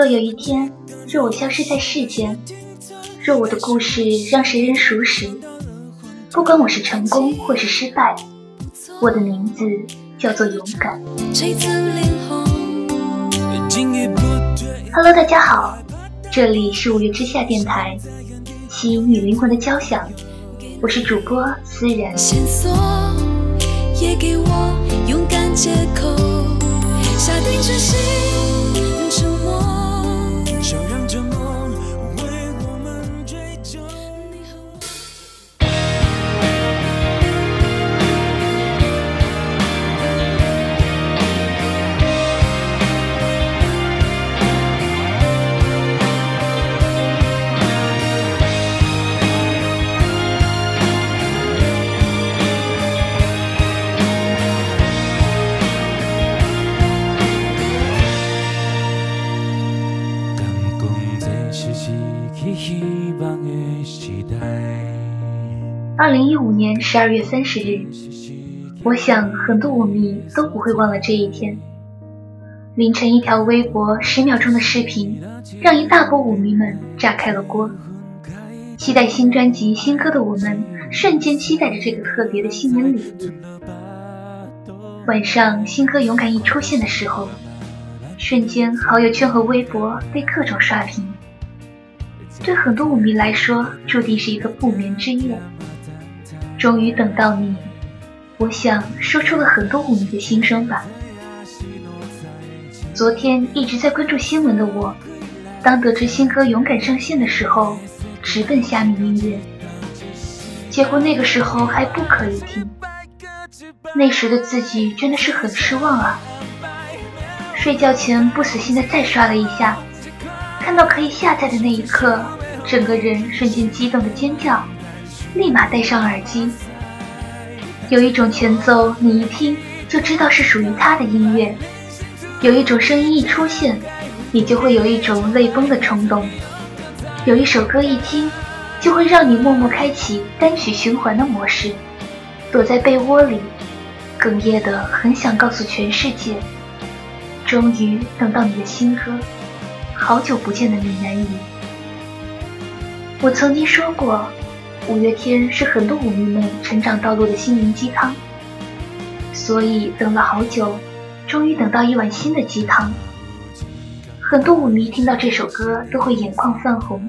若有一天，若我消失在世间，若我的故事让谁人熟识，不管我是成功或是失败，我的名字叫做勇敢。Hello， 大家好，这里是5月之下电台，吸引你灵魂的交响，我是主播思然。 线索也给我勇敢借口，下定决心沉默，就让这梦为我们追究。 2015年12月30日，我想很多舞迷都不会忘了这一天。凌晨一条微博10秒钟的视频，让一大波舞迷们炸开了锅。期待新专辑新歌的我们，瞬间期待着这个特别的新年礼物。晚上新歌勇敢一出现的时候，瞬间好友圈和微博被各种刷屏。对很多舞迷来说，注定是一个不眠之夜。终于等到你，我想说出了很多舞迷的心声吧。昨天一直在关注新闻的我，当得知新歌勇敢上线的时候，直奔虾米音乐。结果那个时候还不可以听，那时的自己真的是很失望啊。睡觉前不死心的再刷了一下，看到可以下载的那一刻，整个人瞬间激动的尖叫，立马戴上耳机。有一种前奏你一听就知道是属于他的音乐，有一种声音一出现，你就会有一种泪崩的冲动，有一首歌一听就会让你默默开启单曲循环的模式，躲在被窝里哽咽的很想告诉全世界，终于等到你的新歌，好久不见的闽南语。我曾经说过，5月天是很多舞迷们成长道路的心灵鸡汤，所以等了好久，终于等到一碗新的鸡汤。很多舞迷听到这首歌都会眼眶泛红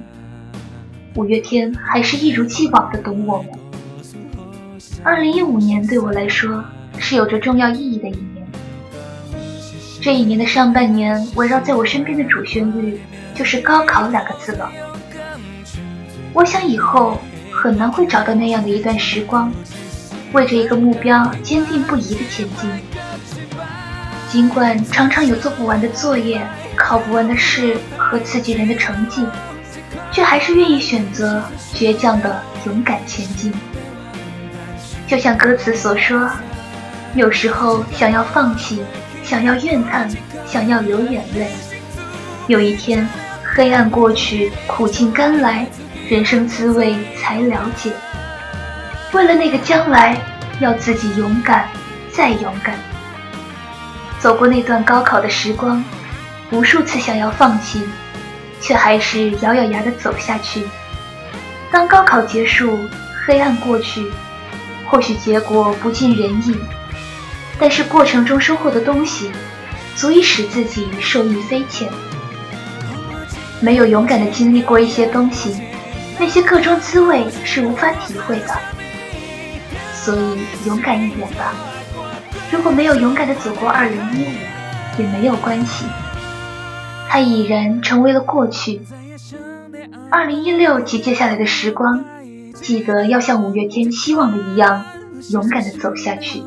，5月天还是一如既往的懂我们。2015年对我来说是有着重要意义的一年。这一年的上半年，围绕在我身边的主旋律就是高考2个字了。我想以后很难会找到那样的一段时光，为着一个目标坚定不移地前进。尽管常常有做不完的作业、考不完的试和刺激人的成绩，却还是愿意选择倔强的勇敢前进。就像歌词所说，有时候想要放弃，想要怨叹，想要流眼泪，有一天黑暗过去，苦尽甘来，人生滋味才了解。为了那个将来，要自己勇敢再勇敢。走过那段高考的时光，无数次想要放弃，却还是咬咬牙地走下去。当高考结束，黑暗过去，或许结果不尽人意，但是过程中收获的东西足以使自己受益匪浅。没有勇敢地经历过一些东西，那些各种滋味是无法体会的，所以勇敢一点吧。如果没有勇敢地走过2015，也没有关系，它已然成为了过去。2016及接下来的时光，记得要像5月天希望的一样，勇敢地走下去。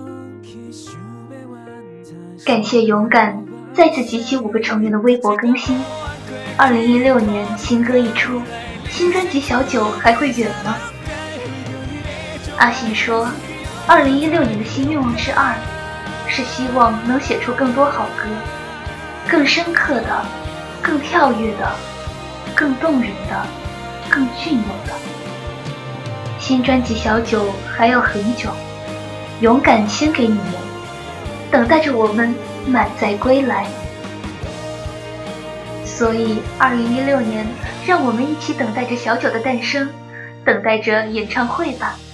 感谢勇敢再次集齐5个成员的微博更新。2016年新歌一出，新专辑小九还会远吗？阿信说，2016年的新愿望是2，是希望能写出更多好歌，更深刻的，更跳跃的，更动人的，更隽永的。新专辑小九还要很久，勇敢先给你们，等待着我们满载归来。 所以2016年，让我们一起等待着小九的诞生，等待着演唱会吧。